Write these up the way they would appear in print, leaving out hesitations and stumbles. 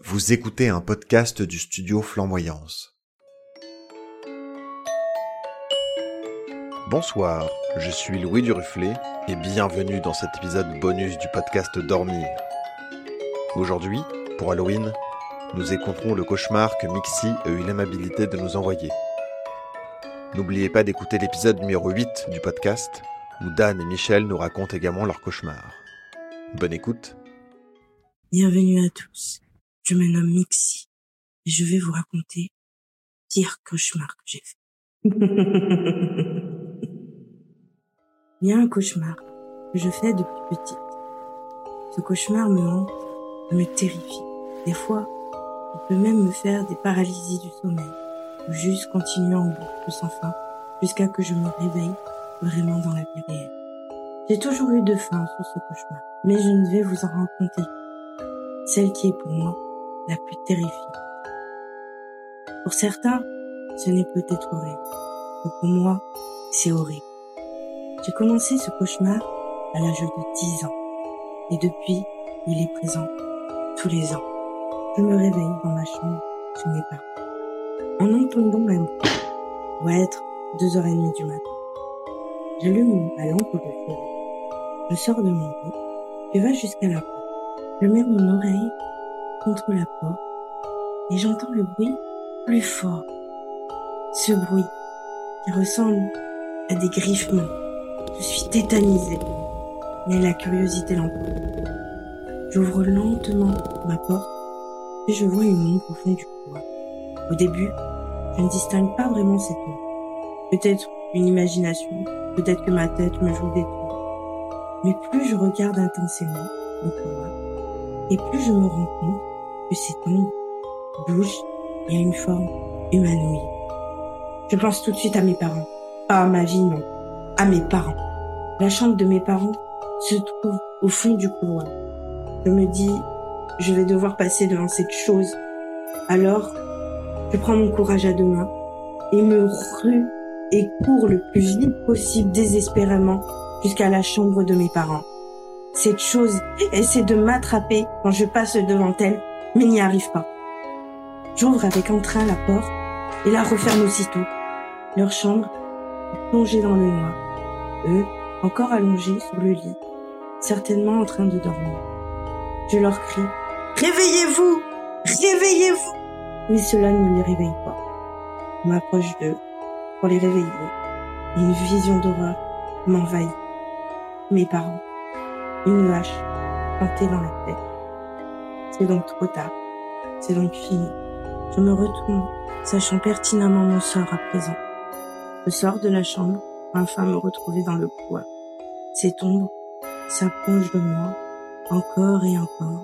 Vous écoutez un podcast du studio Flamboyance. Bonsoir, je suis Louis Duruflé et bienvenue dans cet épisode bonus du podcast Dormir. Aujourd'hui, pour Halloween, nous écouterons le cauchemar que Mixi a eu l'amabilité de nous envoyer. N'oubliez pas d'écouter l'épisode numéro 8 du podcast, où Dan et Michel nous racontent également leur cauchemar. Bonne écoute. Bienvenue à tous, je me nomme Mixi et je vais vous raconter le pire cauchemar que j'ai fait. Il y a un cauchemar que je fais depuis petite. Ce cauchemar me hante, me terrifie. Des fois, il peut même me faire des paralysies du sommeil, ou juste continuer en boucle sans fin, jusqu'à que je me réveille vraiment dans la vie réelle. J'ai toujours eu 2 fins sur ce cauchemar, mais je ne vais vous en raconter celle qui est pour moi la plus terrifiante. Pour certains, ce n'est peut-être vrai, mais pour moi, c'est horrible. J'ai commencé ce cauchemar à l'âge de 10 ans, et depuis, il est présent tous les ans. Je me réveille dans ma chambre chez mes parents. En entendant ma voix, il doit être 2h30 du matin. J'allume ma lampe de chevet. Je sors de mon lit, je vais jusqu'à la porte. Je mets mon oreille contre la porte et j'entends le bruit plus fort. Ce bruit qui ressemble à des griffements. Je suis tétanisée, mais la curiosité l'emporte. J'ouvre lentement ma porte et je vois une ombre au fond du couloir. Au début, je ne distingue pas vraiment cette ombre. Peut-être une imagination, peut-être que ma tête me joue des tours. Mais plus je regarde intensément le couloir, et plus je me rends compte que cette ombre bouge et a une forme humanoïde. Je pense tout de suite à mes parents. Pas à ma vie, non. À mes parents. La chambre de mes parents se trouve au fond du couloir. Je me dis, je vais devoir passer devant cette chose. Alors, je prends mon courage à 2 mains et me rue et cours le plus vite possible désespérément jusqu'à la chambre de mes parents. Cette chose essaie de m'attraper quand je passe devant elle, mais n'y arrive pas. J'ouvre avec entrain la porte et la referme aussitôt. Leur chambre est plongée dans le noir. Eux, encore allongés sur le lit, certainement en train de dormir. Je leur crie « Réveillez-vous! Réveillez-vous !» Mais cela ne les réveille pas. Je m'approche d'eux pour les réveiller et une vision d'horreur m'envahit. Mes parents, une hache plantée dans la tête. C'est donc trop tard. C'est donc fini. Je me retourne, sachant pertinemment mon sort à présent. Je sors de la chambre pour enfin me retrouver dans le couloir. Cette ombre s'approche de moi, encore et encore,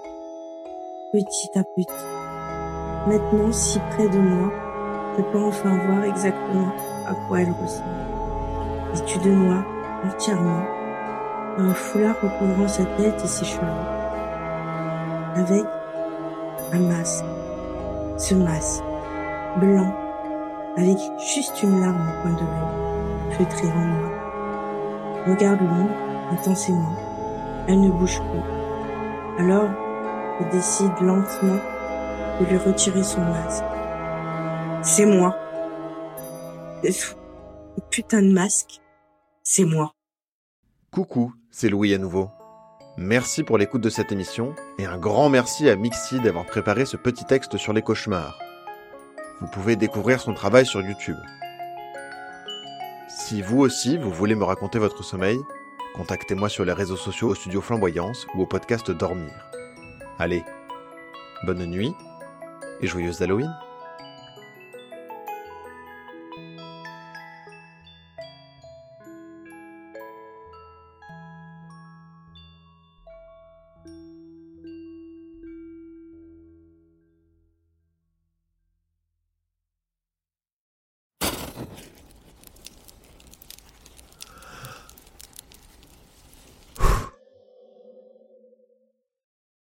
petit à petit. Maintenant, si près de moi, je peux enfin voir exactement à quoi elle ressemble. Vêtue de noir, entièrement, un foulard recouvrant sa tête et ses cheveux, avec un masque. Ce masque, blanc, avec juste une larme au coin de l'œil, feutré en noir. Je regarde l'ombre intensément, elle ne bouge plus. Alors, je décide lentement de lui retirer son masque. C'est moi. Ce putain de masque, c'est moi. Coucou, c'est Louis à nouveau. Merci pour l'écoute de cette émission et un grand merci à Mixi d'avoir préparé ce petit texte sur les cauchemars. Vous pouvez découvrir son travail sur YouTube. Si vous aussi, vous voulez me raconter votre sommeil, contactez-moi sur les réseaux sociaux au studio Flamboyance ou au podcast Dormir. Allez, bonne nuit et joyeuse Halloween!